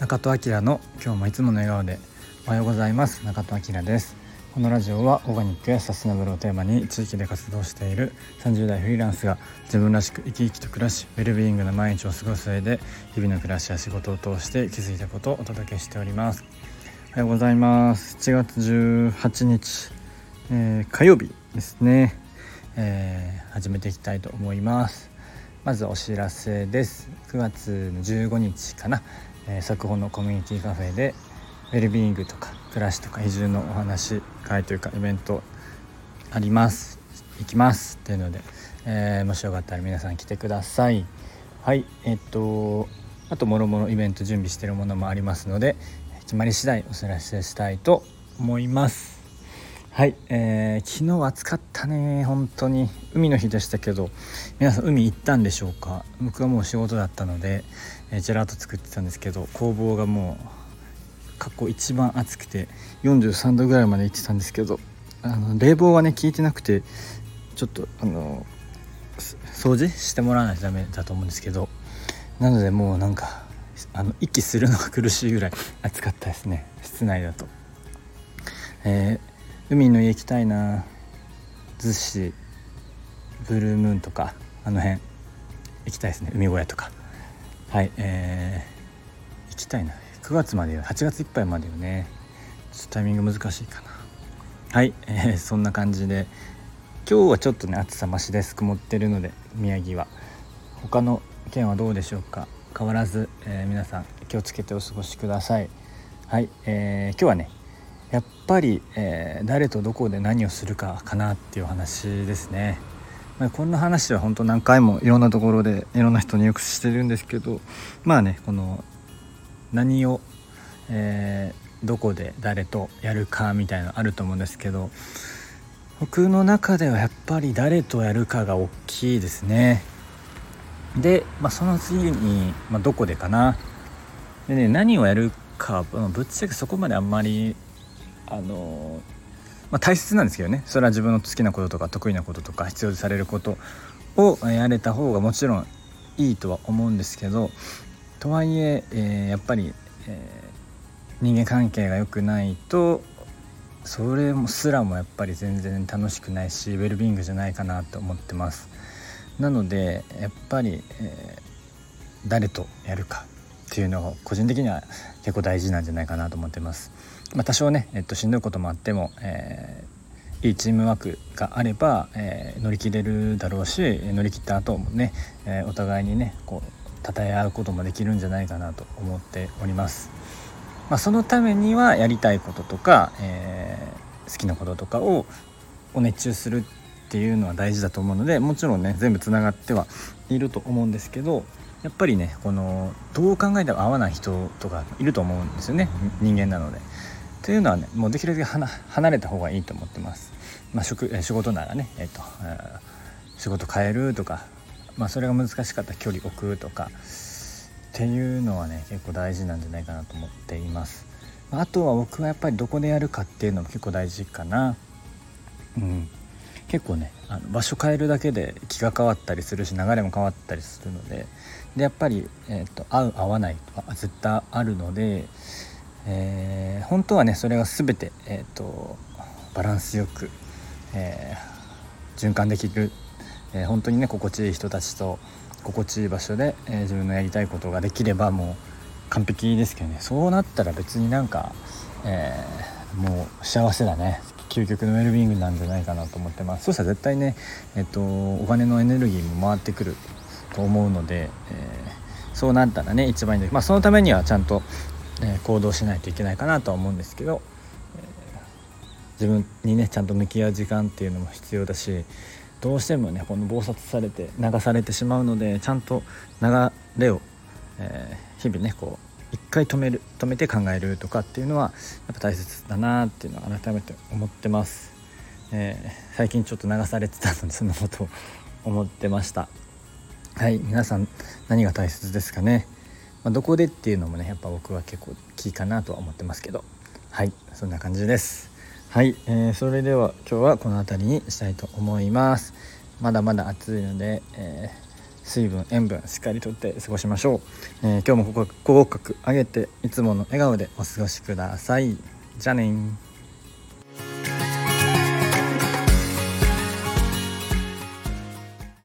中戸明の今日もいつもの笑顔で。おはようございます。中戸明です。このラジオはオーガニックやサステナブルをテーマに地域で活動している30代フリーランスが自分らしく生き生きと暮らし、ウェルビーイングな毎日を過ごす上で日々の暮らしや仕事を通して気づいたことをお届けしております。おはようございます。7月18日、火曜日ですね。始めていきたいと思います。まずお知らせです。9月の15日かな、昨本のコミュニティカフェでウェルビーイングとか暮らしとか移住のお話会というかイベントあります。行きますっていうので、もしよかったら皆さん来てください。はい、あともろもろイベント準備しているものもありますので、決まり次第お知らせしたいと思います。はい、昨日暑かったね。本当に海の日でしたけど、皆さん海行ったんでしょうか。僕はもう仕事だったので、ジェラート作ってたんですけど、工房がもう過去一番暑くて43度ぐらいまで行ってたんですけど、冷房はね効いてなくて、ちょっと掃除してもらわないとダメだと思うんですけど、なのでもうなんか息するのが苦しいぐらい暑かったですね、室内だと。海の家行きたいな。逗子ブルームーンとかあの辺行きたいですね。海小屋とか。はい、行きたいな。9月までよ、8月いっぱいまでよね。ちょっとタイミング難しいかな。はい、そんな感じで今日はちょっとね暑さ増しです。曇ってるので宮城は。他の県はどうでしょうか。変わらず、皆さん気をつけてお過ごしください。はい、今日はねやっぱり、誰とどこで何をするかかなっていう話ですね。こんな話は本当何回もいろんなところでいろんな人によくしてるんですけど、まあねこの何を、どこで誰とやるかみたいなのあると思うんですけど、僕の中ではやっぱり誰とやるかが大きいですね。で、その次に、どこでかな。でね、何をやるか、ぶっちゃけそこまであんまり大切なんですけどね。それは自分の好きなこととか得意なこととか必要とされることをやれた方がもちろんいいとは思うんですけど、とはいえやっぱり、人間関係が良くないとそれもすらもやっぱり全然楽しくないし、ウェルビーイングじゃないかなと思ってます。なのでやっぱり、誰とやるかっていうのを個人的には結構大事なんじゃないかなと思ってます。多少ね、しんどいこともあっても、いいチームワークがあれば、乗り切れるだろうし、乗り切った後もね、お互いにねこう称え合うこともできるんじゃないかなと思っております。そのためにはやりたいこととか、好きなこととかを熱中するっていうのは大事だと思うので、もちろんね全部つながってはいると思うんですけど、やっぱりねどう考えても合わない人とかいると思うんですよね、人間なので。というのはね、もうできるだけ離れた方がいいと思ってます。仕事ならね、仕事変えるとか、それが難しかったら距離置くとかっていうのはね結構大事なんじゃないかなと思っています。あとは僕はやっぱりどこでやるかっていうのも結構大事かな。結構ね場所変えるだけで気が変わったりするし、流れも変わったりするので、やっぱり、合う合わないは絶対あるので、本当はねそれが全て、バランスよく、循環できる、本当にね心地いい人たちと心地いい場所で、自分のやりたいことができればもう完璧ですけどね。そうなったら別になんか、もう幸せだね。究極のウェルビーイングなんじゃないかなと思ってます。そしたら絶対ね、お金のエネルギーも回ってくると思うので、そうなったらね一番いいんで、そのためにはちゃんと行動しないといけないかなとは思うんですけど、自分にねちゃんと向き合う時間っていうのも必要だし、どうしてもねこの忙殺されて流されてしまうので、ちゃんと流れを、日々ねこう一回止めて考えるとかっていうのはやっぱ大切だなっていうのは改めて思ってます。最近ちょっと流されてたのでそのことを思ってました。はい、皆さん何が大切ですかね。どこでっていうのもねやっぱ僕は結構キーかなとは思ってますけど、はいそんな感じです。はい、それでは今日はこの辺りにしたいと思います。まだまだ暑いので、 水分塩分しっかりとって過ごしましょう。今日も口角上げていつもの笑顔でお過ごしください。じゃあね。